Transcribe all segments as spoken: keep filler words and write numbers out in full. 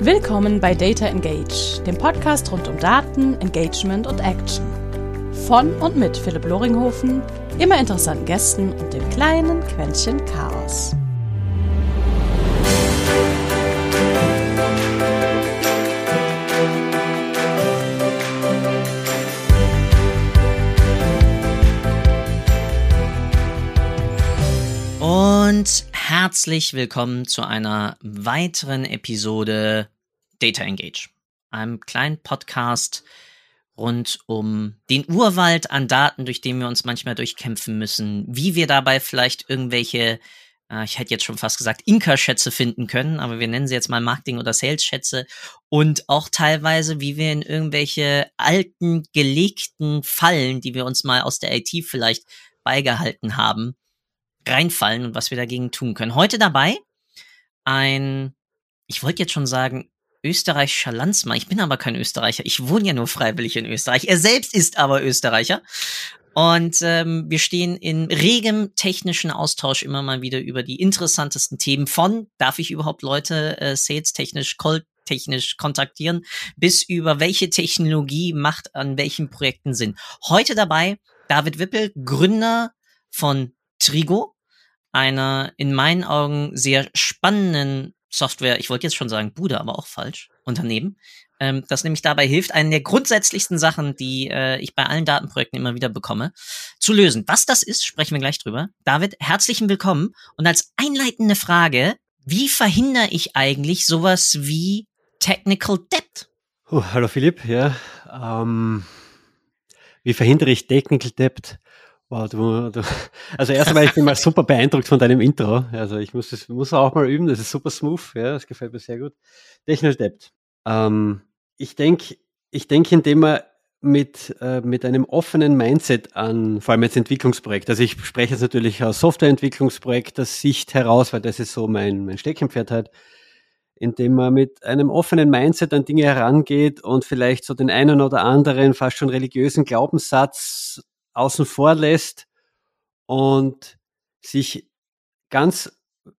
Willkommen bei Data Engage, dem Podcast rund um Daten, Engagement und Action. Von und mit Philipp Loringhofen, immer interessanten Gästen und dem kleinen Quäntchen Chaos. Und herzlich willkommen zu einer weiteren Episode Data Engage, einem kleinen Podcast rund um den Urwald an Daten, durch den wir uns manchmal durchkämpfen müssen, wie wir dabei vielleicht irgendwelche, äh, ich hätte jetzt schon fast gesagt, Inka-Schätze finden können, aber wir nennen sie jetzt mal Marketing- oder Sales-Schätze, und auch teilweise, wie wir in irgendwelche alten, gelegten Fallen, die wir uns mal aus der I T vielleicht beigehalten haben, reinfallen und was wir dagegen tun können. Heute dabei ein, ich wollte jetzt schon sagen, österreichischer Landsmann. Ich bin aber kein Österreicher. Ich wohne ja nur freiwillig in Österreich. Er selbst ist aber Österreicher. Und ähm, wir stehen in regem technischen Austausch immer mal wieder über die interessantesten Themen von, darf ich überhaupt Leute äh, sales-technisch, call-technisch kontaktieren, bis über welche Technologie macht an welchen Projekten Sinn. Heute dabei David Wippel, Gründer von Trigo, einer in meinen Augen sehr spannenden Software, ich wollte jetzt schon sagen Bude, aber auch falsch, Unternehmen, ähm, das nämlich dabei hilft, eine der grundsätzlichsten Sachen, die äh, ich bei allen Datenprojekten immer wieder bekomme, zu lösen. Was das ist, sprechen wir gleich drüber. David, herzlichen Willkommen. Und als einleitende Frage, wie verhindere ich eigentlich sowas wie Technical Debt? Oh, hallo Philipp, ja. Ähm, wie verhindere ich Technical Debt? Wow, du, du, also erst einmal, ich bin mal super beeindruckt von deinem Intro. Also ich muss das muss auch mal üben, das ist super smooth, ja, das gefällt mir sehr gut. Technical Debt. Ähm, ich denke, ich denke, indem man mit, äh, mit einem offenen Mindset an, vor allem jetzt Entwicklungsprojekt, also ich spreche jetzt natürlich aus Softwareentwicklungsprojekt der Sicht heraus, weil das ist so mein, mein Steckenpferd halt, indem man mit einem offenen Mindset an Dinge herangeht und vielleicht so den einen oder anderen fast schon religiösen Glaubenssatz außen vor lässt und sich ganz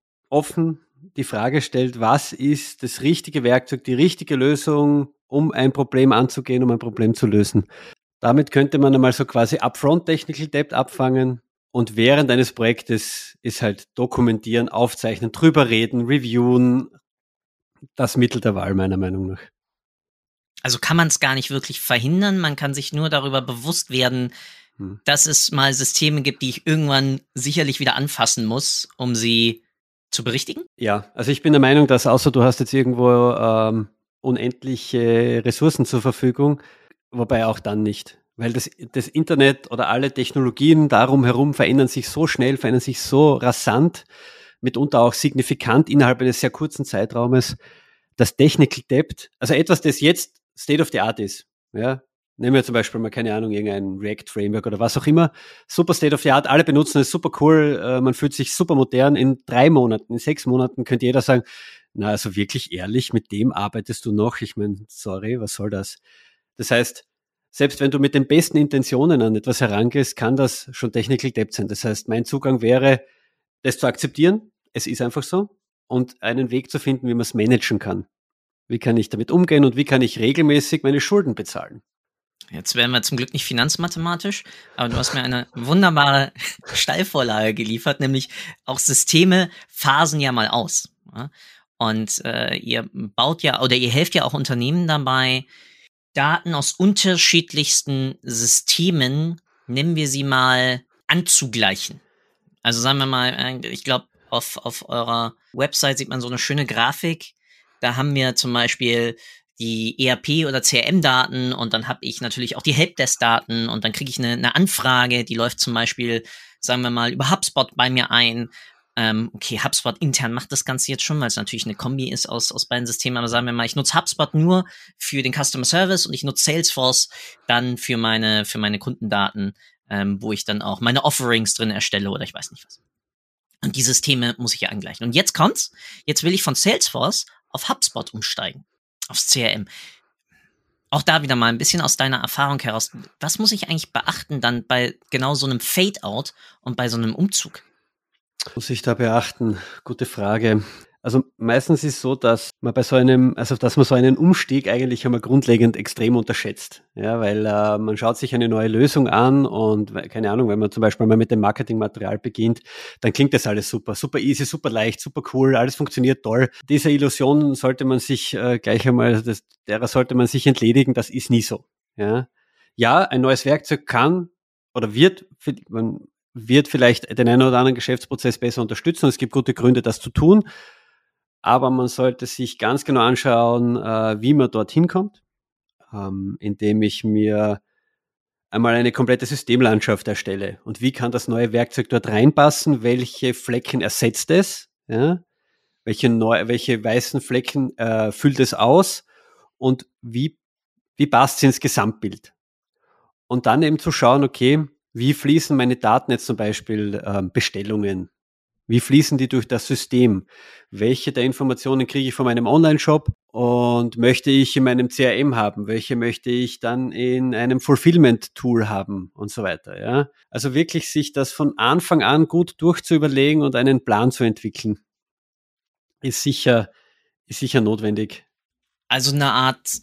offen die Frage stellt, was ist das richtige Werkzeug, die richtige Lösung, um ein Problem anzugehen, um ein Problem zu lösen. Damit könnte man einmal so quasi upfront Technical Debt abfangen und während eines Projektes ist halt dokumentieren, aufzeichnen, drüber reden, reviewen, das Mittel der Wahl meiner Meinung nach. Also kann man es gar nicht wirklich verhindern, man kann sich nur darüber bewusst werden, hm. dass es mal Systeme gibt, die ich irgendwann sicherlich wieder anfassen muss, um sie zu berichtigen? Ja, also ich bin der Meinung, dass außer du hast jetzt irgendwo ähm, unendliche Ressourcen zur Verfügung, wobei auch dann nicht. Weil das, das Internet oder alle Technologien darum herum verändern sich so schnell, verändern sich so rasant, mitunter auch signifikant innerhalb eines sehr kurzen Zeitraumes, dass Technical Debt, also etwas, das jetzt State of the Art ist, ja, nehmen wir zum Beispiel mal, keine Ahnung, irgendein React-Framework oder was auch immer, super State of the Art, alle benutzen es, super cool, äh, man fühlt sich super modern, in drei Monaten, in sechs Monaten könnte jeder sagen, na, also wirklich ehrlich, mit dem arbeitest du noch, ich meine, sorry, was soll das? Das heißt, selbst wenn du mit den besten Intentionen an etwas herangehst, kann das schon Technical Debt sein. Das heißt, mein Zugang wäre, das zu akzeptieren, es ist einfach so, und einen Weg zu finden, wie man es managen kann. Wie kann ich damit umgehen und wie kann ich regelmäßig meine Schulden bezahlen? Jetzt werden wir zum Glück nicht finanzmathematisch, aber du hast mir eine wunderbare Steilvorlage geliefert, nämlich auch Systeme phasen ja mal aus. Ja? Und äh, ihr baut ja, oder ihr helft ja auch Unternehmen dabei, Daten aus unterschiedlichsten Systemen, nennen wir sie mal, anzugleichen. Also sagen wir mal, ich glaube, auf, auf eurer Website sieht man so eine schöne Grafik. Da haben wir zum Beispiel die E R P- oder C R M-Daten und dann habe ich natürlich auch die Helpdesk-Daten und dann kriege ich eine, eine Anfrage, die läuft zum Beispiel, sagen wir mal, über HubSpot bei mir ein. Ähm, okay, HubSpot intern macht das Ganze jetzt schon, weil es natürlich eine Kombi ist aus, aus beiden Systemen, aber sagen wir mal, ich nutze HubSpot nur für den Customer Service und ich nutze Salesforce dann für meine, für meine Kundendaten, ähm, wo ich dann auch meine Offerings drin erstelle oder ich weiß nicht was. Und die Systeme muss ich ja angleichen. Und jetzt kommt's, jetzt will ich von Salesforce auf HubSpot umsteigen, aufs C R M. Auch da wieder mal ein bisschen aus deiner Erfahrung heraus, was muss ich eigentlich beachten dann bei genau so einem Fade-out und bei so einem Umzug? Muss ich da beachten? Gute Frage. Also meistens ist es so, dass man bei so einem, also dass man so einen Umstieg eigentlich einmal grundlegend extrem unterschätzt. Ja, weil äh, man schaut sich eine neue Lösung an und keine Ahnung, wenn man zum Beispiel mal mit dem Marketingmaterial beginnt, dann klingt das alles super, super easy, super leicht, super cool, alles funktioniert toll. Diese Illusion sollte man sich äh, gleich einmal, das, derer sollte man sich entledigen, das ist nie so. Ja, ja, ein neues Werkzeug kann oder wird, man wird vielleicht den einen oder anderen Geschäftsprozess besser unterstützen. Es gibt gute Gründe, das zu tun. Aber man sollte sich ganz genau anschauen, äh, wie man dorthin kommt, ähm, indem ich mir einmal eine komplette Systemlandschaft erstelle. Und wie kann das neue Werkzeug dort reinpassen? Welche Flecken ersetzt es? Ja? Welche, neu, welche weißen Flecken äh, füllt es aus? Und wie, wie passt es ins Gesamtbild? Und dann eben zu schauen, okay, wie fließen meine Daten jetzt zum Beispiel äh, Bestellungen? Wie fließen die durch das System? Welche der Informationen kriege ich von meinem Online-Shop und möchte ich in meinem C R M haben? Welche möchte ich dann in einem Fulfillment-Tool haben und so weiter? Ja? Also wirklich sich das von Anfang an gut durchzuüberlegen und einen Plan zu entwickeln, ist sicher, ist sicher notwendig. Also eine Art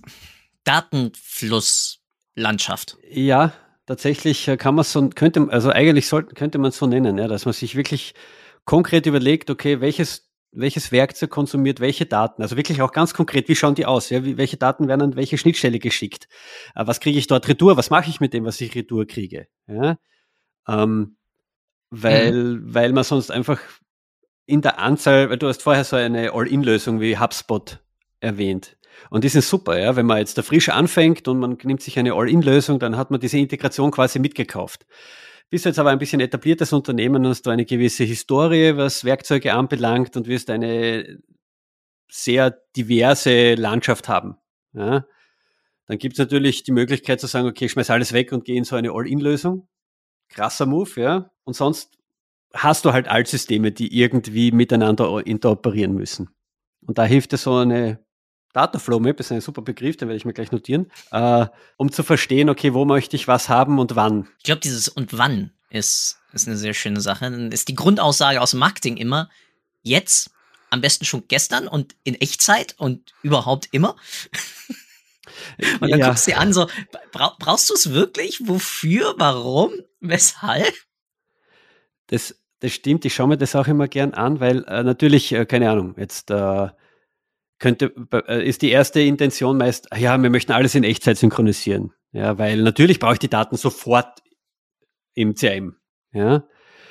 Datenflusslandschaft. Ja, tatsächlich kann man so, könnte, also eigentlich sollte, könnte man es so nennen, ja, dass man sich wirklich konkret überlegt, okay, welches, welches Werkzeug konsumiert welche Daten, also wirklich auch ganz konkret, wie schauen die aus, ja, wie, welche Daten werden an welche Schnittstelle geschickt, äh, was kriege ich dort retour, was mache ich mit dem, was ich retour kriege, ja, ähm, weil, mhm. weil man sonst einfach in der Anzahl, weil du hast vorher so eine All-In-Lösung wie HubSpot erwähnt. Und die sind super, ja, wenn man jetzt da frisch anfängt und man nimmt sich eine All-In-Lösung, dann hat man diese Integration quasi mitgekauft. Bist du jetzt aber ein bisschen etabliertes Unternehmen, hast du eine gewisse Historie, was Werkzeuge anbelangt und wirst eine sehr diverse Landschaft haben. Ja? Dann gibt es natürlich die Möglichkeit zu sagen, okay, ich schmeiß alles weg und gehe in so eine All-In-Lösung. Krasser Move, ja. Und sonst hast du halt Altsysteme, die irgendwie miteinander interoperieren müssen. Und da hilft dir so eine Dataflow Map, ist ein super Begriff, den werde ich mir gleich notieren, äh, um zu verstehen, okay, wo möchte ich was haben und wann. Ich glaube, dieses und wann ist, ist eine sehr schöne Sache. Dann ist die Grundaussage aus dem Marketing immer jetzt, am besten schon gestern und in Echtzeit und überhaupt immer. Und dann ja. guckst du dir an, so, bra- brauchst du es wirklich? Wofür? Warum? Weshalb? Das, das stimmt, ich schaue mir das auch immer gern an, weil äh, natürlich, äh, keine Ahnung, jetzt äh, könnte, äh, ist die erste Intention meist, ja, wir möchten alles in Echtzeit synchronisieren. Ja, weil natürlich brauche ich die Daten sofort im C R M. Ja.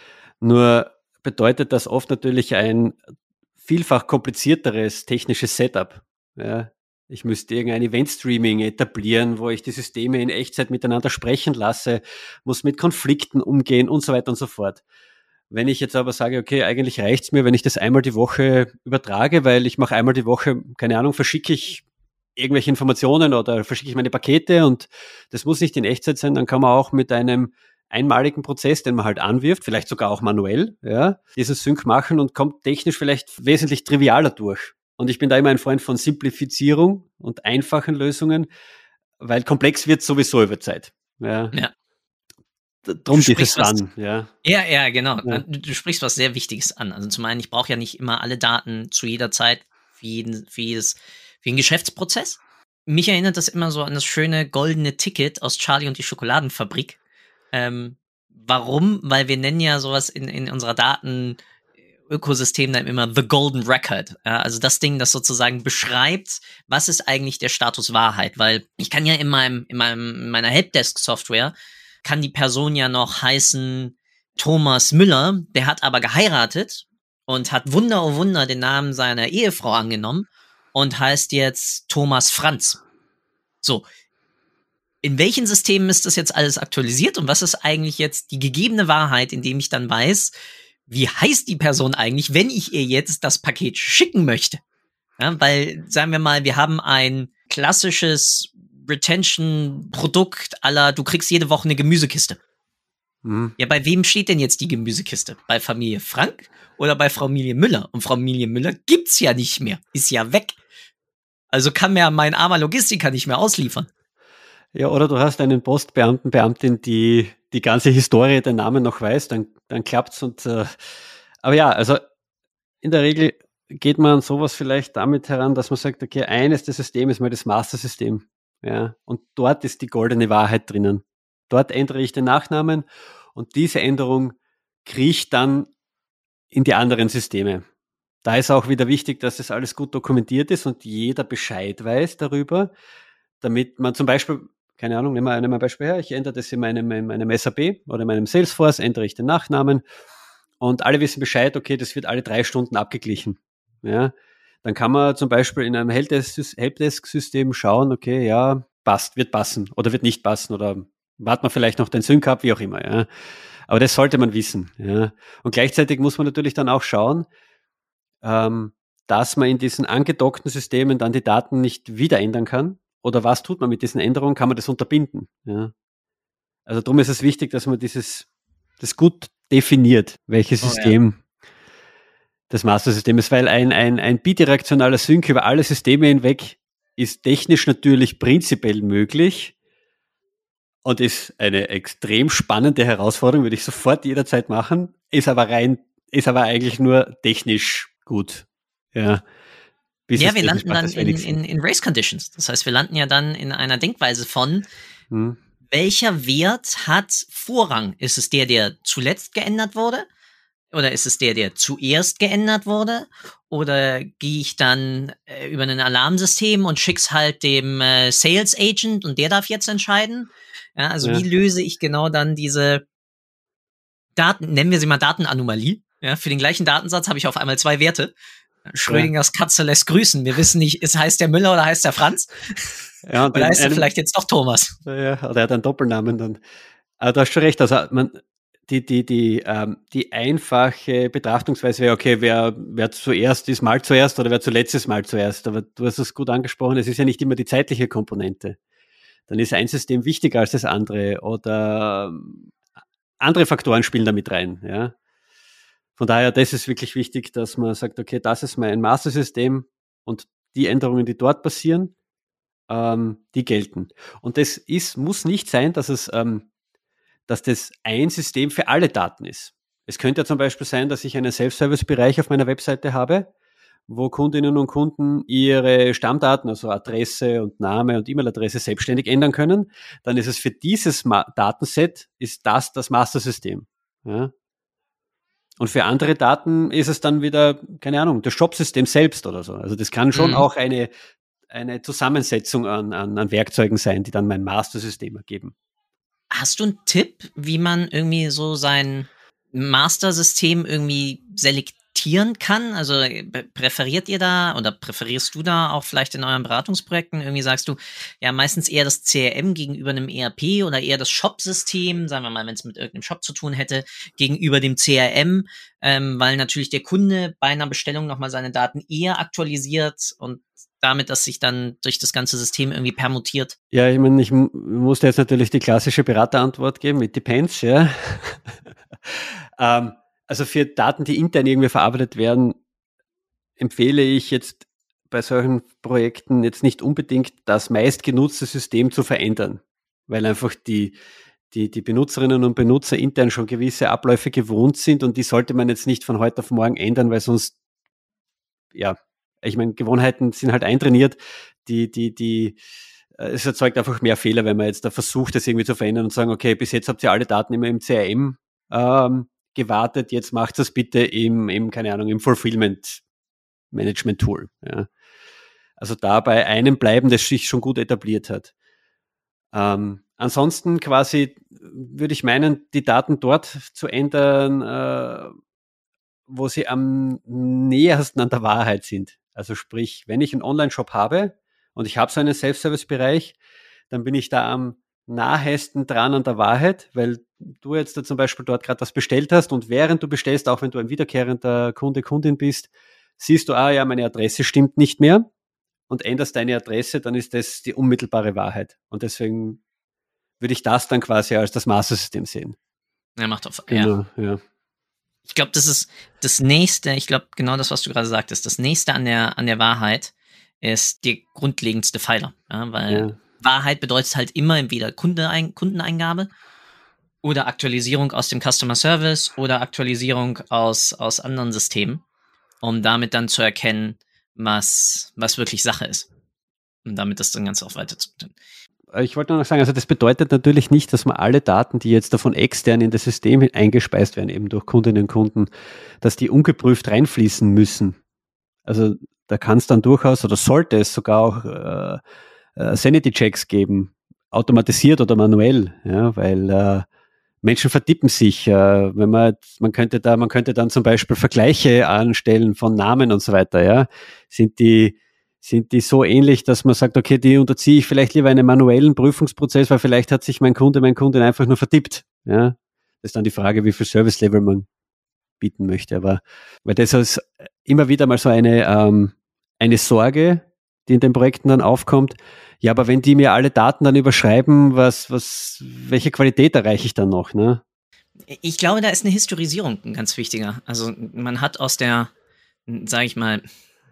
Nur bedeutet das oft natürlich ein vielfach komplizierteres technisches Setup. Ja. Ich müsste irgendein Event-Streaming etablieren, wo ich die Systeme in Echtzeit miteinander sprechen lasse, muss mit Konflikten umgehen und so weiter und so fort. Wenn ich jetzt aber sage, okay, eigentlich reicht's mir, wenn ich das einmal die Woche übertrage, weil ich mache einmal die Woche, keine Ahnung, verschicke ich irgendwelche Informationen oder verschicke ich meine Pakete und das muss nicht in Echtzeit sein, dann kann man auch mit einem einmaligen Prozess, den man halt anwirft, vielleicht sogar auch manuell, ja, diesen Sync machen und kommt technisch vielleicht wesentlich trivialer durch. Und ich bin da immer ein Freund von Simplifizierung und einfachen Lösungen, weil komplex wird sowieso über Zeit. Ja. ja. Drum dieses Wann, ja. Ja, ja, genau. Ja. Du, du sprichst was sehr Wichtiges an. Also zum einen, ich brauche ja nicht immer alle Daten zu jeder Zeit für jeden, für jedes, für jeden Geschäftsprozess. Mich erinnert das immer so an das schöne goldene Ticket aus Charlie und die Schokoladenfabrik. Ähm, warum? Weil wir nennen ja sowas in, in unserer Datenökosystem dann immer the golden record. Ja, also das Ding, das sozusagen beschreibt, was ist eigentlich der Status Wahrheit. Weil ich kann ja in meinem, in meinem, in meiner Helpdesk-Software kann die Person ja noch heißen Thomas Müller, der hat aber geheiratet und hat Wunder oh Wunder den Namen seiner Ehefrau angenommen und heißt jetzt Thomas Franz. So, in welchen Systemen ist das jetzt alles aktualisiert und was ist eigentlich jetzt die gegebene Wahrheit, indem ich dann weiß, wie heißt die Person eigentlich, wenn ich ihr jetzt das Paket schicken möchte? Ja, weil, sagen wir mal, wir haben ein klassisches Retention-Produkt à la, du kriegst jede Woche eine Gemüsekiste. Mhm. Ja, bei wem steht denn jetzt die Gemüsekiste? Bei Familie Frank oder bei Familie Müller? Und Familie Müller gibt's ja nicht mehr. Ist ja weg. Also kann mir mein armer Logistiker nicht mehr ausliefern. Ja, oder du hast einen Postbeamten, Beamtin, die die ganze Historie, den Namen noch weiß, dann, dann klappt's und, äh, aber ja, also in der Regel geht man an sowas vielleicht damit heran, dass man sagt, okay, eines der Systeme ist mal das Master-System. Ja, und dort ist die goldene Wahrheit drinnen. Dort ändere ich den Nachnamen und diese Änderung kriecht dann in die anderen Systeme. Da ist auch wieder wichtig, dass das alles gut dokumentiert ist und jeder Bescheid weiß darüber, damit man zum Beispiel, keine Ahnung, nehmen wir, nehmen wir ein Beispiel her, ich ändere das in meinem, in meinem S A P oder in meinem Salesforce, ändere ich den Nachnamen und alle wissen Bescheid, okay, das wird alle drei Stunden abgeglichen. Ja, dann kann man zum Beispiel in einem Helpdesk-System schauen, okay, ja, passt, wird passen oder wird nicht passen oder warten wir vielleicht noch den Sync ab, wie auch immer. Ja. Aber das sollte man wissen. Ja. Und gleichzeitig muss man natürlich dann auch schauen, ähm, dass man in diesen angedockten Systemen dann die Daten nicht wieder ändern kann. Oder was tut man mit diesen Änderungen? Kann man das unterbinden? Ja. Also darum ist es wichtig, dass man dieses das gut definiert, welches Oh, System ja. das Master-System ist, weil ein, ein, ein bidirektionaler Sync über alle Systeme hinweg ist technisch natürlich prinzipiell möglich und ist eine extrem spannende Herausforderung, würde ich sofort jederzeit machen, ist aber rein, ist aber eigentlich nur technisch gut. Ja, Bis ja wir landen dann in, in, in Race Conditions. Das heißt, wir landen ja dann in einer Denkweise von, hm. welcher Wert hat Vorrang? Ist es der, der zuletzt geändert wurde? Oder ist es der, der zuerst geändert wurde? Oder gehe ich dann äh, über ein Alarmsystem und schick's halt dem äh, Sales Agent und der darf jetzt entscheiden? Ja, also ja. Wie löse ich genau dann diese Daten, nennen wir sie mal Datenanomalie? Ja, für den gleichen Datensatz habe ich auf einmal zwei Werte. Schrödingers Katze lässt grüßen. Wir wissen nicht, ist, heißt der Müller oder heißt der Franz? Ja, oder heißt er vielleicht jetzt doch Thomas? Ja, oder er hat einen Doppelnamen dann. Aber du hast schon recht, also man, die, die, die, ähm, die einfache Betrachtungsweise wäre, okay, wer, wer zuerst ist mal zuerst oder wer zuletzt ist mal zuerst. Aber du hast es gut angesprochen, es ist ja nicht immer die zeitliche Komponente. Dann ist ein System wichtiger als das andere oder andere Faktoren spielen da mit rein, ja. Von daher, das ist wirklich wichtig, dass man sagt, okay, das ist mein Master-System und die Änderungen, die dort passieren, ähm, die gelten. Und das ist, muss nicht sein, dass es, ähm, dass das ein System für alle Daten ist. Es könnte ja zum Beispiel sein, dass ich einen Self-Service-Bereich auf meiner Webseite habe, wo Kundinnen und Kunden ihre Stammdaten, also Adresse und Name und E-Mail-Adresse selbstständig ändern können. Dann ist es für dieses Ma- Datenset, ist das das Master-System. Ja. Und für andere Daten ist es dann wieder, keine Ahnung, das Shop-System selbst oder so. Also das kann schon mhm. auch eine, eine Zusammensetzung an, an, an Werkzeugen sein, die dann mein Master-System ergeben. Hast du einen Tipp, wie man irgendwie so sein Master-System irgendwie selektieren kann? Also präferiert ihr da oder präferierst du da auch vielleicht in euren Beratungsprojekten? Irgendwie sagst du, ja, meistens eher das C R M gegenüber einem E R P oder eher das Shop-System, sagen wir mal, wenn es mit irgendeinem Shop zu tun hätte, gegenüber dem C R M, ähm, weil natürlich der Kunde bei einer Bestellung nochmal seine Daten eher aktualisiert und damit, dass sich dann durch das ganze System irgendwie permutiert. Ja, ich meine, ich m- musste jetzt natürlich die klassische Beraterantwort geben mit Depends, ja. ähm, also für Daten, die intern irgendwie verarbeitet werden, empfehle ich jetzt bei solchen Projekten jetzt nicht unbedingt das meistgenutzte System zu verändern, weil einfach die, die, die Benutzerinnen und Benutzer intern schon gewisse Abläufe gewohnt sind und die sollte man jetzt nicht von heute auf morgen ändern, weil sonst, ja, ich meine, Gewohnheiten sind halt eintrainiert, die, die, die, es erzeugt einfach mehr Fehler, wenn man jetzt da versucht, das irgendwie zu verändern und sagen, okay, bis jetzt habt ihr alle Daten immer im C R M ähm, gewartet, jetzt macht das bitte im, im, keine Ahnung, im Fulfillment Management Tool. Ja. Also da bei einem bleiben, das sich schon gut etabliert hat. Ähm, ansonsten quasi würde ich meinen, die Daten dort zu ändern, äh, wo sie am nähersten an der Wahrheit sind. Also sprich, wenn ich einen Online-Shop habe und ich habe so einen Self-Service-Bereich, dann bin ich da am nahesten dran an der Wahrheit, weil du jetzt da zum Beispiel dort gerade was bestellt hast und während du bestellst, auch wenn du ein wiederkehrender Kunde, Kundin bist, siehst du, ah ja, meine Adresse stimmt nicht mehr und änderst deine Adresse, dann ist das die unmittelbare Wahrheit. Und deswegen würde ich das dann quasi als das Master-System sehen. Ja, macht auf. Genau, ja. ja. Ich glaube, das ist das Nächste, ich glaube, genau das, was du gerade sagtest, das Nächste an der, an der Wahrheit ist die grundlegendste Pfeiler. Ja, weil ja. Wahrheit bedeutet halt immer entweder Kundenein- Kundeneingabe oder Aktualisierung aus dem Customer Service oder Aktualisierung aus, aus anderen Systemen. um damit dann zu erkennen, was, was wirklich Sache ist. Und damit das dann ganz auch weiter zu tun. Ich wollte nur noch sagen, also das bedeutet natürlich nicht, dass man alle Daten, die jetzt davon extern in das System eingespeist werden, eben durch Kundinnen und Kunden, dass die ungeprüft reinfließen müssen. Also da kann es dann durchaus oder sollte es sogar auch äh, äh, Sanity-Checks geben, automatisiert oder manuell, ja, weil äh, Menschen vertippen sich. Äh, wenn man, man könnte da, man könnte dann zum Beispiel Vergleiche anstellen von Namen und so weiter. Ja, sind die sind die so ähnlich, dass man sagt, okay, die unterziehe ich vielleicht lieber einem manuellen Prüfungsprozess, weil vielleicht hat sich mein Kunde, mein Kundin einfach nur vertippt. Ja, das ist dann die Frage, wie viel Service-Level man bieten möchte. Aber weil das ist immer wieder mal so eine ähm, eine Sorge, die in den Projekten dann aufkommt. Ja, aber wenn die mir alle Daten dann überschreiben, was, was, welche Qualität erreiche ich dann noch, ne? Ich glaube, da ist eine Historisierung ein ganz wichtiger. Also man hat aus der, sage ich mal,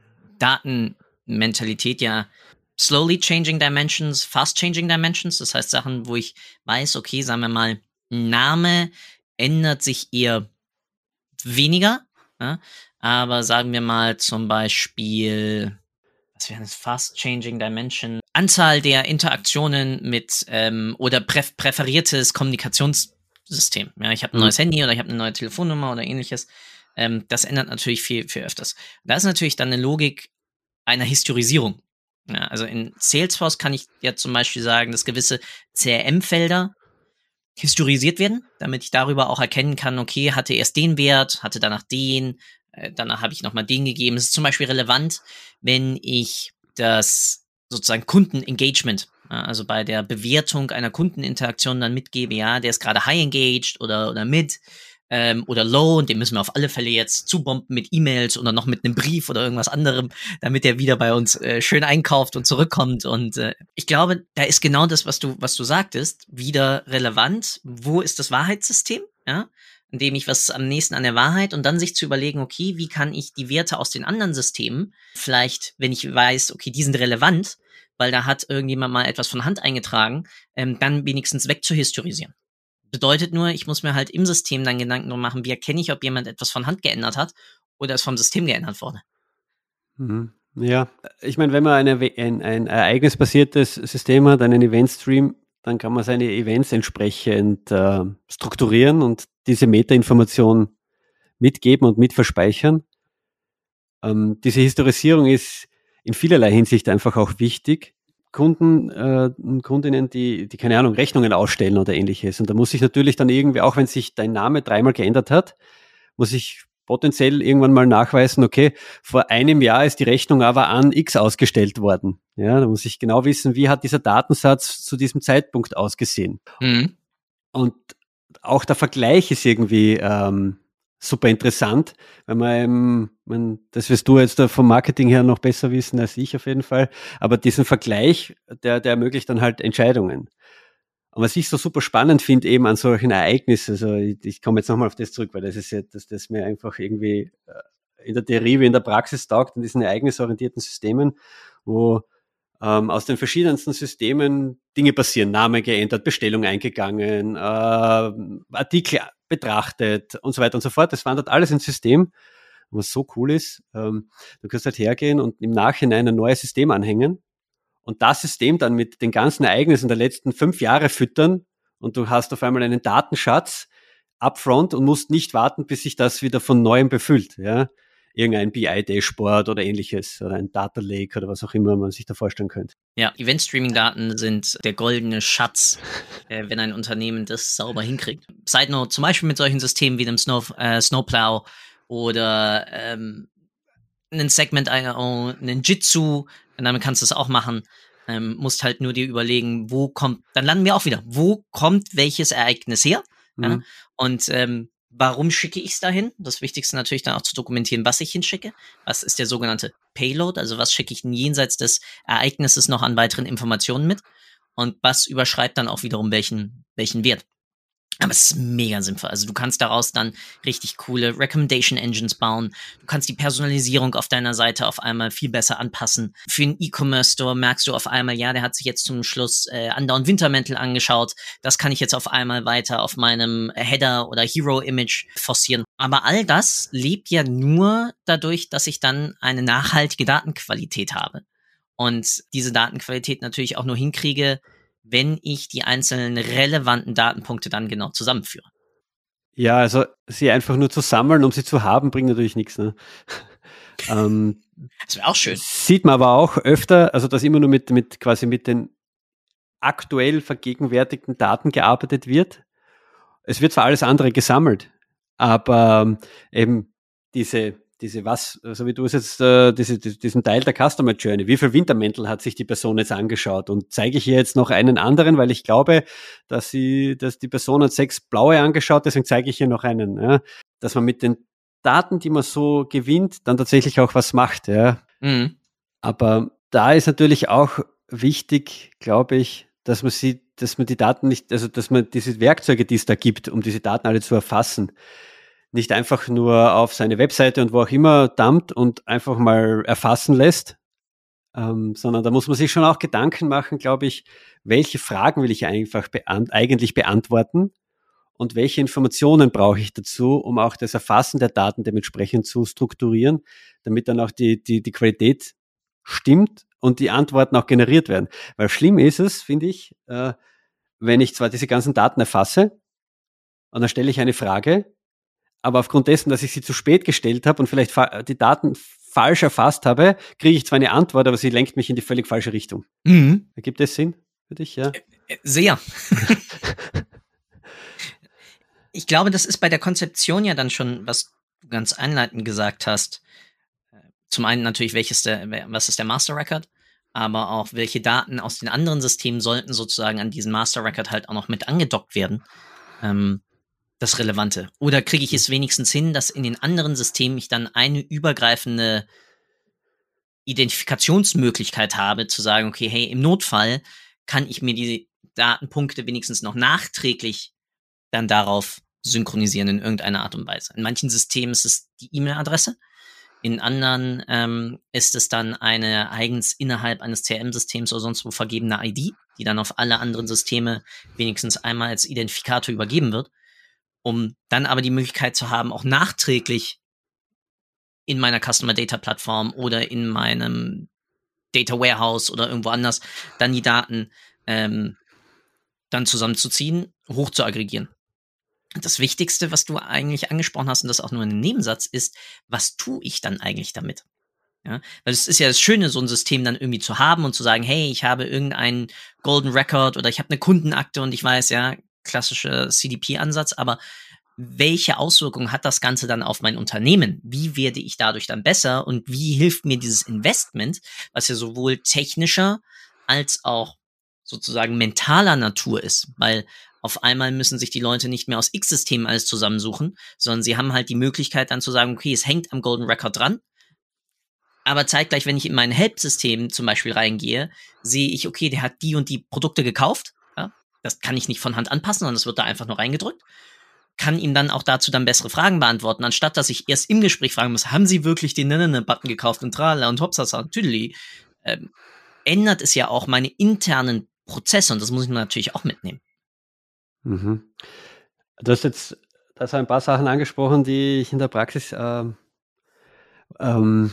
Datenmentalität ja slowly changing dimensions, fast changing dimensions. Das heißt Sachen, wo ich weiß, okay, sagen wir mal, Name ändert sich eher weniger, ja? Aber sagen wir mal zum Beispiel, was wäre das, fast changing dimension, Anzahl der Interaktionen mit ähm, oder präf- präferiertes Kommunikationssystem. Ja, ich habe ein neues mhm. Handy oder ich habe eine neue Telefonnummer oder ähnliches. Ähm, das ändert natürlich viel, viel öfters. Da ist natürlich dann eine Logik einer Historisierung. Ja, also in Salesforce kann ich ja zum Beispiel sagen, dass gewisse C R M-Felder historisiert werden, damit ich darüber auch erkennen kann, okay, hatte erst den Wert, hatte danach den, äh, danach habe ich nochmal den gegeben. Es ist zum Beispiel relevant, wenn ich das sozusagen Kundenengagement, ja, also bei der Bewertung einer Kundeninteraktion dann mitgebe, ja, der ist gerade high engaged oder, oder mid ähm, oder low und den müssen wir auf alle Fälle jetzt zubomben mit E-Mails oder noch mit einem Brief oder irgendwas anderem, damit der wieder bei uns äh, schön einkauft und zurückkommt. Und äh, ich glaube, da ist genau das, was du, was du sagtest, wieder relevant. Wo ist das Wahrheitssystem? Ja, indem ich was am nächsten an der Wahrheit und dann sich zu überlegen, okay, wie kann ich die Werte aus den anderen Systemen vielleicht, wenn ich weiß, okay, die sind relevant, weil da hat irgendjemand mal etwas von Hand eingetragen, ähm, dann wenigstens wegzuhistorisieren. Bedeutet nur, ich muss mir halt im System dann Gedanken drum machen, wie erkenne ich, ob jemand etwas von Hand geändert hat oder es vom System geändert wurde. Mhm. Ja, ich meine, wenn man eine, ein, ein ereignisbasiertes System hat, einen Event-Stream, dann kann man seine Events entsprechend äh, strukturieren und diese Metainformation mitgeben und mitverspeichern. Ähm, diese Historisierung ist in vielerlei Hinsicht einfach auch wichtig. Kunden äh, und Kundinnen, die, die, keine Ahnung, Rechnungen ausstellen oder ähnliches. Und da muss ich natürlich dann irgendwie, auch wenn sich dein Name dreimal geändert hat, muss ich potenziell irgendwann mal nachweisen, okay, vor einem Jahr ist die Rechnung aber an X ausgestellt worden. Ja, da muss ich genau wissen, wie hat dieser Datensatz zu diesem Zeitpunkt ausgesehen. Mhm. Und auch der Vergleich ist irgendwie ähm, super interessant, weil man, ähm, man, das wirst du jetzt vom Marketing her noch besser wissen als ich auf jeden Fall, aber diesen Vergleich, der, der ermöglicht dann halt Entscheidungen. Und was ich so super spannend finde eben an solchen Ereignissen, also ich, ich komme jetzt nochmal auf das zurück, weil das ist ja, dass das mir einfach irgendwie in der Theorie wie in der Praxis taugt, in diesen ereignisorientierten Systemen, wo ähm, aus den verschiedensten Systemen Dinge passieren, Name geändert, Bestellung eingegangen, äh, Artikel betrachtet und so weiter und so fort. Das wandert alles ins System. Und was so cool ist, ähm, du kannst halt hergehen und im Nachhinein ein neues System anhängen und das System dann mit den ganzen Ereignissen der letzten fünf Jahre füttern und du hast auf einmal einen Datenschatz upfront und musst nicht warten, bis sich das wieder von Neuem befüllt. Ja? Irgendein B I-Dashboard oder ähnliches oder ein Data Lake oder was auch immer man sich da vorstellen könnte. Ja, Event-Streaming-Daten sind der goldene Schatz, äh, wenn ein Unternehmen das sauber hinkriegt. Side note, zum Beispiel mit solchen Systemen wie dem Snow, äh, Snowplow oder ähm, einen Segment I O, einen Jitsi, damit kannst du es auch machen. Ähm, musst halt nur dir überlegen, wo kommt, dann landen wir auch wieder, wo kommt welches Ereignis her? Mhm. Ja? Und ähm, warum schicke ich es dahin? Das Wichtigste natürlich dann auch zu dokumentieren, was ich hinschicke. Was ist der sogenannte Payload? Also was schicke ich denn jenseits des Ereignisses noch an weiteren Informationen mit? Und was überschreibt dann auch wiederum welchen, welchen Wert? Aber es ist mega sinnvoll. Also du kannst daraus dann richtig coole Recommendation Engines bauen. Du kannst die Personalisierung auf deiner Seite auf einmal viel besser anpassen. Für einen E-Commerce-Store merkst du auf einmal, ja, der hat sich jetzt zum Schluss äh, andauernd Wintermäntel angeschaut. Das kann ich jetzt auf einmal weiter auf meinem Header- oder Hero-Image forcieren. Aber all das lebt ja nur dadurch, dass ich dann eine nachhaltige Datenqualität habe. Und diese Datenqualität natürlich auch nur hinkriege, wenn ich die einzelnen relevanten Datenpunkte dann genau zusammenführe. Ja, also sie einfach nur zu sammeln, um sie zu haben, bringt natürlich nichts. Ne? ähm, das wäre auch schön. Sieht man aber auch öfter, also dass immer nur mit, mit quasi mit den aktuell vergegenwärtigten Daten gearbeitet wird. Es wird zwar alles andere gesammelt, aber eben diese diese was, so wie du es jetzt, äh, diese, diesen Teil der Customer Journey, wie viel Wintermäntel hat sich die Person jetzt angeschaut und zeige ich ihr jetzt noch einen anderen, weil ich glaube, dass sie, dass die Person hat sechs blaue angeschaut, deswegen zeige ich ihr noch einen, ja? Dass man mit den Daten, die man so gewinnt, dann tatsächlich auch was macht, ja. Mhm. Aber da ist natürlich auch wichtig, glaube ich, dass man sie, dass man die Daten nicht, also dass man diese Werkzeuge, die es da gibt, um diese Daten alle zu erfassen, nicht einfach nur auf seine Webseite und wo auch immer dumpt und einfach mal erfassen lässt, ähm, sondern da muss man sich schon auch Gedanken machen, glaube ich, welche Fragen will ich einfach beant- eigentlich beantworten und welche Informationen brauche ich dazu, um auch das Erfassen der Daten dementsprechend zu strukturieren, damit dann auch die, die, die Qualität stimmt und die Antworten auch generiert werden. Weil schlimm ist es, finde ich, äh, wenn ich zwar diese ganzen Daten erfasse und dann stelle ich eine Frage, aber aufgrund dessen, dass ich sie zu spät gestellt habe und vielleicht fa- die Daten falsch erfasst habe, kriege ich zwar eine Antwort, aber sie lenkt mich in die völlig falsche Richtung. Mhm. Ergibt das Sinn für dich? Ja. Sehr. Ich glaube, das ist bei der Konzeption ja dann schon, was du ganz einleitend gesagt hast. Zum einen natürlich, welches der, was ist der Master Record, aber auch welche Daten aus den anderen Systemen sollten sozusagen an diesen Master Record halt auch noch mit angedockt werden. Ähm, das Relevante. Oder kriege ich es wenigstens hin, dass in den anderen Systemen ich dann eine übergreifende Identifikationsmöglichkeit habe, zu sagen, okay, hey, im Notfall kann ich mir die Datenpunkte wenigstens noch nachträglich dann darauf synchronisieren in irgendeiner Art und Weise. In manchen Systemen ist es die E-Mail-Adresse, in anderen ähm, ist es dann eine eigens innerhalb eines C R M-Systems oder sonst wo vergebene I D, die dann auf alle anderen Systeme wenigstens einmal als Identifikator übergeben wird, um dann aber die Möglichkeit zu haben, auch nachträglich in meiner Customer Data Plattform oder in meinem Data Warehouse oder irgendwo anders dann die Daten ähm, dann zusammenzuziehen, hoch zu aggregieren. Das Wichtigste, was du eigentlich angesprochen hast, und das auch nur in einem Nebensatz, ist, was tue ich dann eigentlich damit? Ja, weil es ist ja das Schöne, so ein System dann irgendwie zu haben und zu sagen, hey, ich habe irgendeinen Golden Record oder ich habe eine Kundenakte und ich weiß, ja, klassischer C D P-Ansatz, aber welche Auswirkungen hat das Ganze dann auf mein Unternehmen? Wie werde ich dadurch dann besser und wie hilft mir dieses Investment, was ja sowohl technischer als auch sozusagen mentaler Natur ist, weil auf einmal müssen sich die Leute nicht mehr aus X-Systemen alles zusammensuchen, sondern sie haben halt die Möglichkeit dann zu sagen, okay, es hängt am Golden Record dran, aber zeitgleich, wenn ich in mein Help-System zum Beispiel reingehe, sehe ich, okay, der hat die und die Produkte gekauft, ja? Das kann ich nicht von Hand anpassen, sondern das wird da einfach nur reingedrückt, kann ihm dann auch dazu dann bessere Fragen beantworten, anstatt dass ich erst im Gespräch fragen muss, haben Sie wirklich den Nenne-Button gekauft und tralala und hopsasa und tüdeli, ähm, ändert es ja auch meine internen Prozesse und das muss ich natürlich auch mitnehmen. Mhm. Du hast jetzt da so ein paar Sachen angesprochen, die ich in der Praxis ähm, ähm,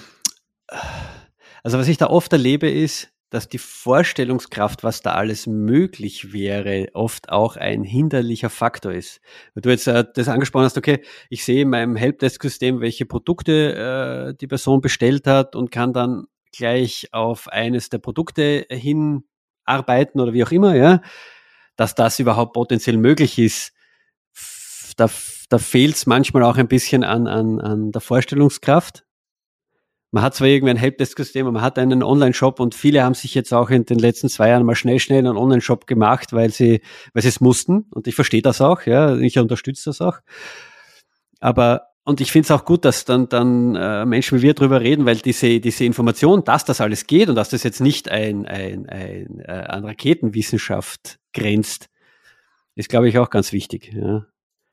also was ich da oft erlebe ist, dass die Vorstellungskraft, was da alles möglich wäre, oft auch ein hinderlicher Faktor ist. Weil du jetzt äh, das angesprochen hast, okay, ich sehe in meinem Helpdesk-System, welche Produkte äh, die Person bestellt hat und kann dann gleich auf eines der Produkte hinarbeiten oder wie auch immer, ja, dass das überhaupt potenziell möglich ist. Da, da fehlt es manchmal auch ein bisschen an, an, an der Vorstellungskraft. Man hat zwar irgendwie ein Helpdesk-System, aber man hat einen Online-Shop und viele haben sich jetzt auch in den letzten zwei Jahren mal schnell, schnell einen Online-Shop gemacht, weil sie, weil sie es mussten. Und ich verstehe das auch, ja, ich unterstütze das auch. Aber, und ich finde es auch gut, dass dann, dann äh, Menschen wie wir drüber reden, weil diese, diese Information, dass das alles geht und dass das jetzt nicht ein, ein, ein, äh, an Raketenwissenschaft grenzt, ist, glaube ich, auch ganz wichtig. Ja.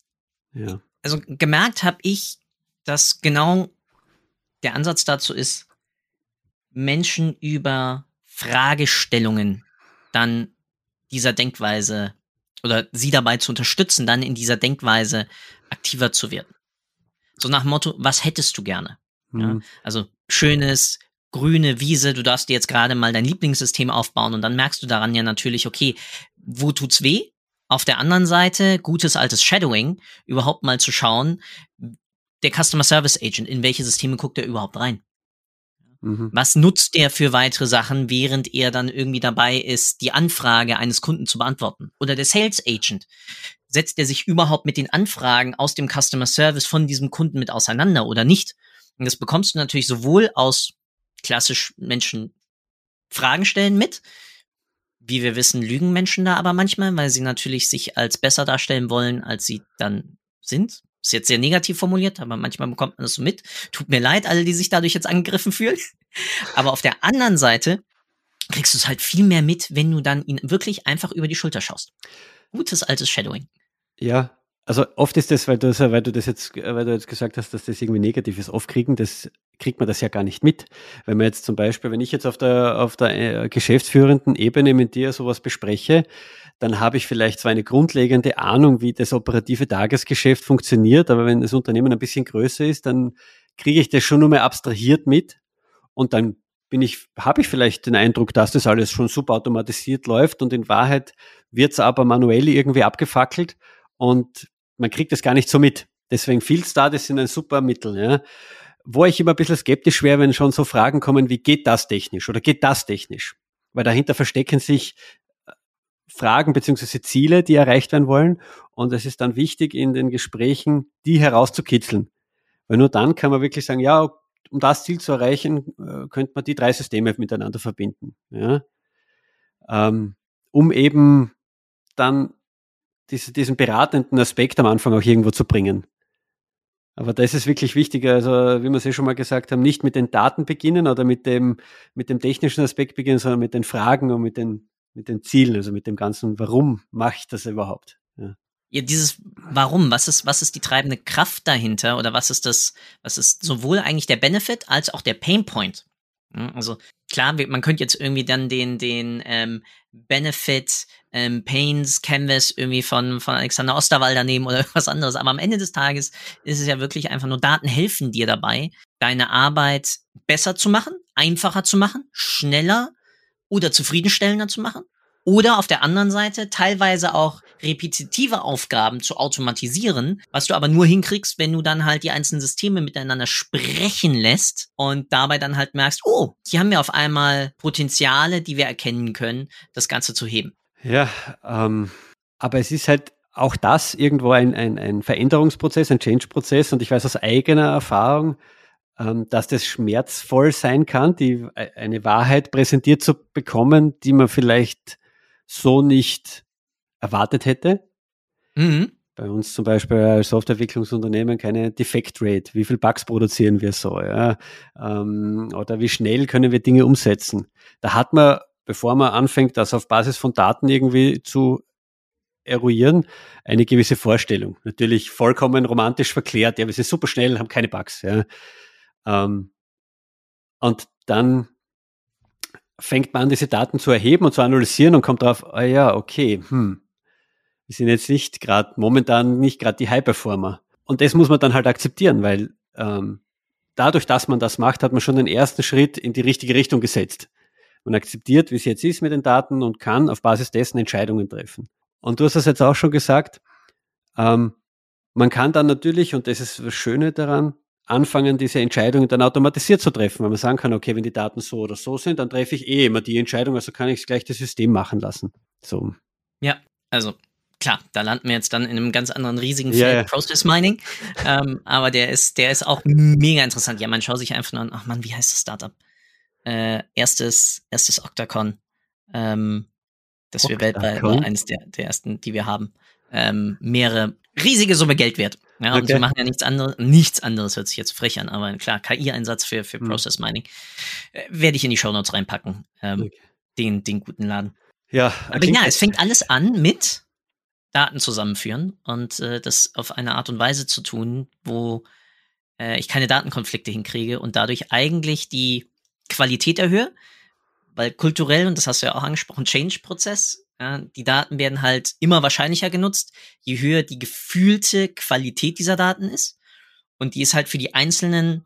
Ja. Also gemerkt habe ich, dass genau der Ansatz dazu ist, Menschen über Fragestellungen dann dieser Denkweise oder sie dabei zu unterstützen, dann in dieser Denkweise aktiver zu werden. So nach dem Motto, was hättest du gerne? Mhm. Ja, also schönes, grüne Wiese, du darfst dir jetzt gerade mal dein Lieblingssystem aufbauen und dann merkst du daran ja natürlich, okay, wo tut's weh? Auf der anderen Seite, gutes altes Shadowing, überhaupt mal zu schauen, der Customer Service Agent, in welche Systeme guckt er überhaupt rein? Mhm. Was nutzt der für weitere Sachen, während er dann irgendwie dabei ist, die Anfrage eines Kunden zu beantworten? Oder der Sales Agent, setzt er sich überhaupt mit den Anfragen aus dem Customer Service von diesem Kunden mit auseinander oder nicht? Und das bekommst du natürlich sowohl aus klassisch Menschen Fragen stellen mit, wie wir wissen, lügen Menschen da aber manchmal, weil sie natürlich sich als besser darstellen wollen, als sie dann sind. Ist jetzt sehr negativ formuliert, aber manchmal bekommt man das so mit. Tut mir leid, alle, die sich dadurch jetzt angegriffen fühlen. Aber auf der anderen Seite kriegst du es halt viel mehr mit, wenn du dann ihn wirklich einfach über die Schulter schaust. Gutes altes Shadowing. Ja, also oft ist das, weil du, weil du das jetzt, weil du jetzt gesagt hast, dass das irgendwie negativ ist. Oft kriegen das, kriegt man das ja gar nicht mit. Wenn man jetzt zum Beispiel, wenn ich jetzt auf der, auf der äh, geschäftsführenden Ebene mit dir sowas bespreche, dann habe ich vielleicht zwar eine grundlegende Ahnung, wie das operative Tagesgeschäft funktioniert, aber wenn das Unternehmen ein bisschen größer ist, dann kriege ich das schon nur mehr abstrahiert mit und dann bin ich, habe ich vielleicht den Eindruck, dass das alles schon super automatisiert läuft und in Wahrheit wird es aber manuell irgendwie abgefackelt und man kriegt das gar nicht so mit. Deswegen Field Studies sind ein super Mittel. Ja. Wo ich immer ein bisschen skeptisch wäre, wenn schon so Fragen kommen, wie geht das technisch oder geht das technisch? Weil dahinter verstecken sich Fragen beziehungsweise Ziele, die erreicht werden wollen. Und es ist dann wichtig, in den Gesprächen die herauszukitzeln. Weil nur dann kann man wirklich sagen, ja, um das Ziel zu erreichen, könnte man die drei Systeme miteinander verbinden. Ja. Ähm, um eben dann diese, diesen beratenden Aspekt am Anfang auch irgendwo zu bringen. Aber das ist wirklich wichtig, also wie wir es ja schon mal gesagt haben, nicht mit den Daten beginnen oder mit dem, mit dem technischen Aspekt beginnen, sondern mit den Fragen und mit den, mit den Zielen, also mit dem ganzen, warum mache ich das überhaupt? Ja. Ja, dieses Warum, was ist, was ist die treibende Kraft dahinter oder was ist das, was ist sowohl eigentlich der Benefit als auch der Painpoint? Also klar, man könnte jetzt irgendwie dann den, den ähm, Benefit ähm, Pains Canvas irgendwie von, von Alexander Osterwalder nehmen oder was anderes, aber am Ende des Tages ist es ja wirklich einfach nur, Daten helfen dir dabei, deine Arbeit besser zu machen, einfacher zu machen, schneller oder zufriedenstellender zu machen. Oder auf der anderen Seite teilweise auch repetitive Aufgaben zu automatisieren, was du aber nur hinkriegst, wenn du dann halt die einzelnen Systeme miteinander sprechen lässt und dabei dann halt merkst, oh, hier haben wir auf einmal Potenziale, die wir erkennen können, das Ganze zu heben. Ja, ähm, aber es ist halt auch das irgendwo ein, ein, ein Veränderungsprozess, ein Change-Prozess und ich weiß aus eigener Erfahrung, ähm, dass das schmerzvoll sein kann, die, eine Wahrheit präsentiert zu bekommen, die man vielleicht so nicht erwartet hätte. Mhm. Bei uns zum Beispiel als Softwareentwicklungsunternehmen keine Defect Rate. Wie viel Bugs produzieren wir so? Ja? Ähm, oder wie schnell können wir Dinge umsetzen? Da hat man, bevor man anfängt, das auf Basis von Daten irgendwie zu eruieren, eine gewisse Vorstellung. Natürlich vollkommen romantisch verklärt. Ja, wir sind super schnell, haben keine Bugs. Ja? Ähm, und dann fängt man an, diese Daten zu erheben und zu analysieren und kommt drauf, ah ja, okay, hm, wir sind jetzt nicht gerade, momentan nicht gerade die High-Performer. Und das muss man dann halt akzeptieren, weil ähm, dadurch, dass man das macht, hat man schon den ersten Schritt in die richtige Richtung gesetzt. Man akzeptiert, wie es jetzt ist mit den Daten und kann auf Basis dessen Entscheidungen treffen. Und du hast das jetzt auch schon gesagt, ähm, man kann dann natürlich, und das ist das Schöne daran, anfangen, diese Entscheidungen dann automatisiert zu treffen, weil man sagen kann, okay, wenn die Daten so oder so sind, dann treffe ich eh immer die Entscheidung, also kann ich gleich das System machen lassen. So. Ja, also klar, da landen wir jetzt dann in einem ganz anderen riesigen Feld, yeah. Process Mining, ähm, aber der ist, der ist auch mega interessant. Ja, man schaut sich einfach nur an, ach man, wie heißt das Startup? Äh, erstes, erstes Octacon, ähm, das Octacon. Wir weltweit war eines der, der ersten, die wir haben. Ähm, mehrere riesige Summe Geld wert. Ja, okay. Und wir machen ja nichts anderes, nichts anderes hört sich jetzt frech an, aber klar, K I-Einsatz für, für hm. Process Mining äh, werde ich in die Shownotes reinpacken, ähm, okay. den, den guten Laden. Ja, aber ja, es fängt alles an mit Daten zusammenführen und äh, das auf eine Art und Weise zu tun, wo äh, ich keine Datenkonflikte hinkriege und dadurch eigentlich die Qualität erhöhe, weil kulturell, und das hast du ja auch angesprochen, Change-Prozess, ja, die Daten werden halt immer wahrscheinlicher genutzt, je höher die gefühlte Qualität dieser Daten ist. Und die ist halt für die einzelnen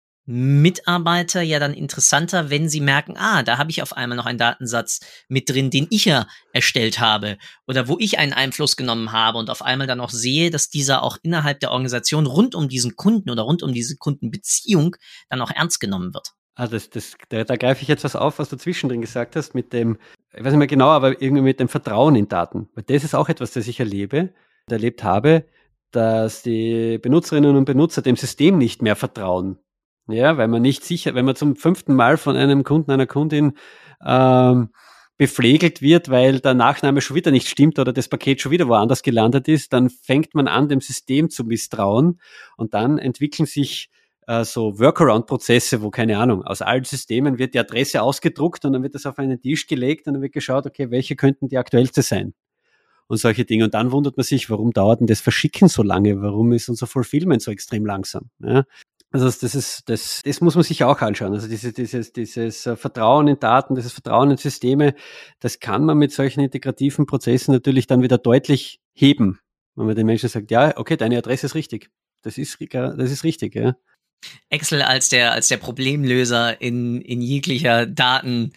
Mitarbeiter ja dann interessanter, wenn sie merken, ah, da habe ich auf einmal noch einen Datensatz mit drin, den ich ja erstellt habe oder wo ich einen Einfluss genommen habe und auf einmal dann auch sehe, dass dieser auch innerhalb der Organisation rund um diesen Kunden oder rund um diese Kundenbeziehung dann auch ernst genommen wird. Ah, das, das, da, da greife ich jetzt was auf, was du zwischendrin gesagt hast, mit dem, ich weiß nicht mehr genau, aber irgendwie mit dem Vertrauen in Daten. Weil das ist auch etwas, das ich erlebe, erlebt habe, dass die Benutzerinnen und Benutzer dem System nicht mehr vertrauen. Ja, weil man nicht sicher, wenn man zum fünften Mal von einem Kunden, einer Kundin ähm, bepflegelt wird, weil der Nachname schon wieder nicht stimmt oder das Paket schon wieder woanders gelandet ist, dann fängt man an, dem System zu misstrauen und dann entwickeln sich äh, so Workaround-Prozesse, wo, keine Ahnung, aus allen Systemen wird die Adresse ausgedruckt und dann wird das auf einen Tisch gelegt und dann wird geschaut, okay, welche könnten die aktuellste sein? Und solche Dinge. Und dann wundert man sich, warum dauert denn das Verschicken so lange? Warum ist unser Fulfillment so extrem langsam? Ja? Also das ist, das, das muss man sich auch anschauen. Also dieses, dieses, dieses Vertrauen in Daten, dieses Vertrauen in Systeme, das kann man mit solchen integrativen Prozessen natürlich dann wieder deutlich heben. Wenn man den Menschen sagt, ja, okay, deine Adresse ist richtig. Das ist, das ist richtig, ja. Excel als der, als der Problemlöser in, in jeglicher Daten.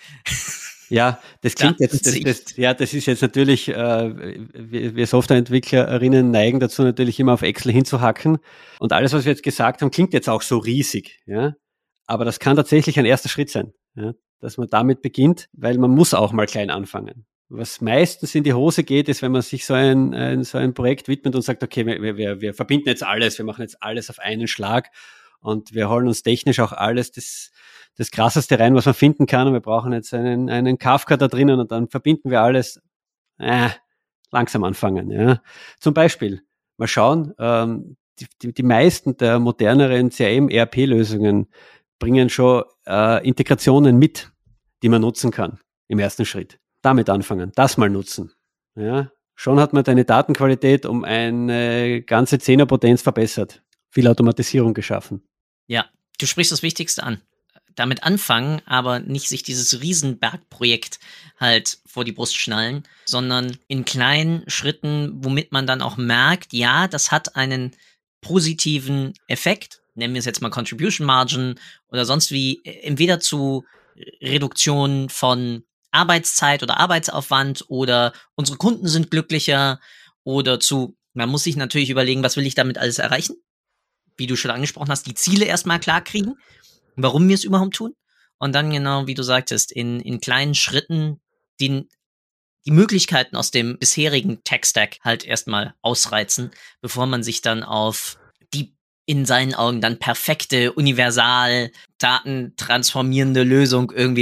Ja, das klingt jetzt, das, das, ja, das ist jetzt natürlich, äh, wir, wir Softwareentwicklerinnen neigen dazu natürlich immer auf Excel hinzuhacken. Und alles, was wir jetzt gesagt haben, klingt jetzt auch so riesig, ja. Aber das kann tatsächlich ein erster Schritt sein, ja, dass man damit beginnt, weil man muss auch mal klein anfangen. Was meistens in die Hose geht, ist, wenn man sich so ein, ein so ein Projekt widmet und sagt, okay, wir, wir, wir verbinden jetzt alles, wir machen jetzt alles auf einen Schlag und wir holen uns technisch auch alles, das das Krasseste rein, was man finden kann und wir brauchen jetzt einen, einen Kafka da drinnen und dann verbinden wir alles. Äh, langsam anfangen. Ja. Zum Beispiel, mal schauen, ähm, die, die, die meisten der moderneren C R M-E R P-Lösungen bringen schon äh, Integrationen mit, die man nutzen kann im ersten Schritt. Damit anfangen, das mal nutzen. Ja. Schon hat man deine Datenqualität um eine ganze Zehnerpotenz verbessert. Viel Automatisierung geschaffen. Ja, du sprichst das Wichtigste an. Damit anfangen, aber nicht sich dieses Riesenbergprojekt halt vor die Brust schnallen, sondern in kleinen Schritten, womit man dann auch merkt, ja, das hat einen positiven Effekt, nennen wir es jetzt mal Contribution Margin oder sonst wie, entweder zu Reduktion von Arbeitszeit oder Arbeitsaufwand oder unsere Kunden sind glücklicher oder zu, man muss sich natürlich überlegen, was will ich damit alles erreichen? Wie du schon angesprochen hast, die Ziele erstmal klar kriegen. Warum wir es überhaupt tun und dann genau, wie du sagtest, in, in kleinen Schritten den, die Möglichkeiten aus dem bisherigen Tech-Stack halt erstmal ausreizen, bevor man sich dann auf die in seinen Augen dann perfekte, universal datentransformierende Lösung irgendwie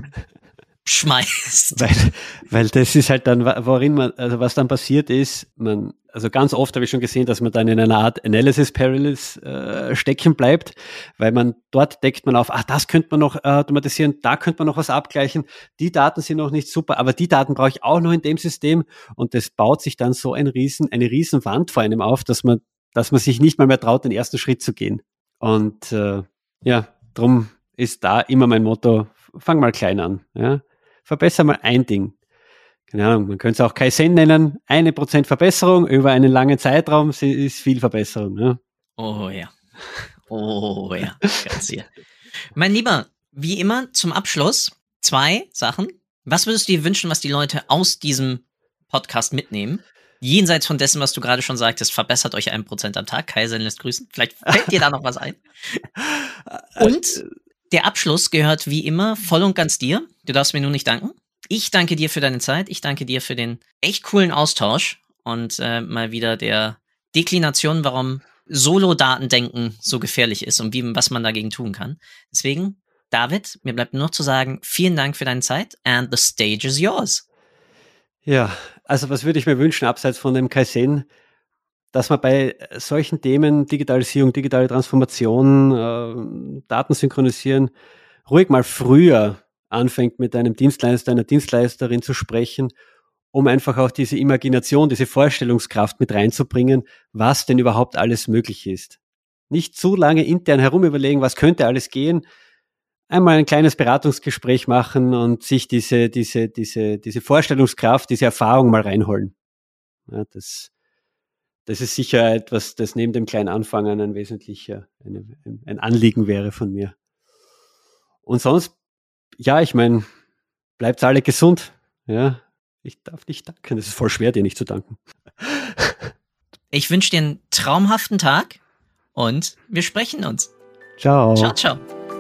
losschmeißt. Weil, weil das ist halt dann, worin man, also was dann passiert ist, man, also ganz oft habe ich schon gesehen, dass man dann in einer Art Analysis Paralysis äh, stecken bleibt, weil man dort deckt man auf, ah, das könnte man noch äh, automatisieren, da könnte man noch was abgleichen, die Daten sind noch nicht super, aber die Daten brauche ich auch noch in dem System und das baut sich dann so ein riesen, eine riesen Wand vor einem auf, dass man, dass man sich nicht mal mehr traut, den ersten Schritt zu gehen. Und äh, ja, drum ist da immer mein Motto, fang mal klein an, ja, verbessere mal ein Ding. Keine Ahnung, man könnte es auch Kaizen nennen. Eine Prozent Verbesserung über einen langen Zeitraum ist viel Verbesserung. Ja. Oh ja. Oh ja. Ganz hier. Mein Lieber, wie immer zum Abschluss zwei Sachen. Was würdest du dir wünschen, was die Leute aus diesem Podcast mitnehmen? Jenseits von dessen, was du gerade schon sagtest, verbessert euch ein Prozent am Tag. Kaizen lässt grüßen. Vielleicht fällt dir da noch was ein. Und der Abschluss gehört wie immer voll und ganz dir. Du darfst mir nur nicht danken. Ich danke dir für deine Zeit. Ich danke dir für den echt coolen Austausch und äh, mal wieder der Deklination, warum Solo-Datendenken so gefährlich ist und wie, was man dagegen tun kann. Deswegen, David, mir bleibt nur noch zu sagen, vielen Dank für deine Zeit and the stage is yours. Ja, also was würde ich mir wünschen, abseits von dem Kaizen, dass man bei solchen Themen, Digitalisierung, digitale Transformation, äh, Daten synchronisieren, ruhig mal früher anfängt mit einem Dienstleister, einer Dienstleisterin zu sprechen um einfach auch diese Imagination, diese Vorstellungskraft mit reinzubringen, was denn überhaupt alles möglich ist. Nicht zu lange intern herumüberlegen, was könnte alles gehen. Einmal ein kleines Beratungsgespräch machen und sich diese, diese, diese, diese Vorstellungskraft, diese Erfahrung mal reinholen. Ja, das, das ist sicher etwas, das neben dem kleinen Anfangen ein wesentlicher, eine, ein, ein Anliegen wäre von mir. Und sonst, ja, ich meine, bleibt alle gesund. Ja, ich darf nicht danken. Es ist voll schwer, dir nicht zu danken. Ich wünsche dir einen traumhaften Tag und wir sprechen uns. Ciao. Ciao, ciao.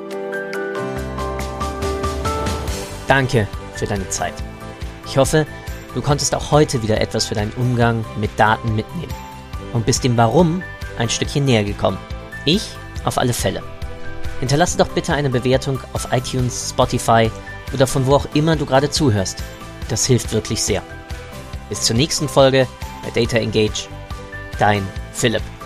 Danke für deine Zeit. Ich hoffe, du konntest auch heute wieder etwas für deinen Umgang mit Daten mitnehmen und bist dem Warum ein Stückchen näher gekommen. Ich auf alle Fälle. Hinterlasse doch bitte eine Bewertung auf iTunes, Spotify oder von wo auch immer du gerade zuhörst. Das hilft wirklich sehr. Bis zur nächsten Folge bei Data Engage. Dein Philipp.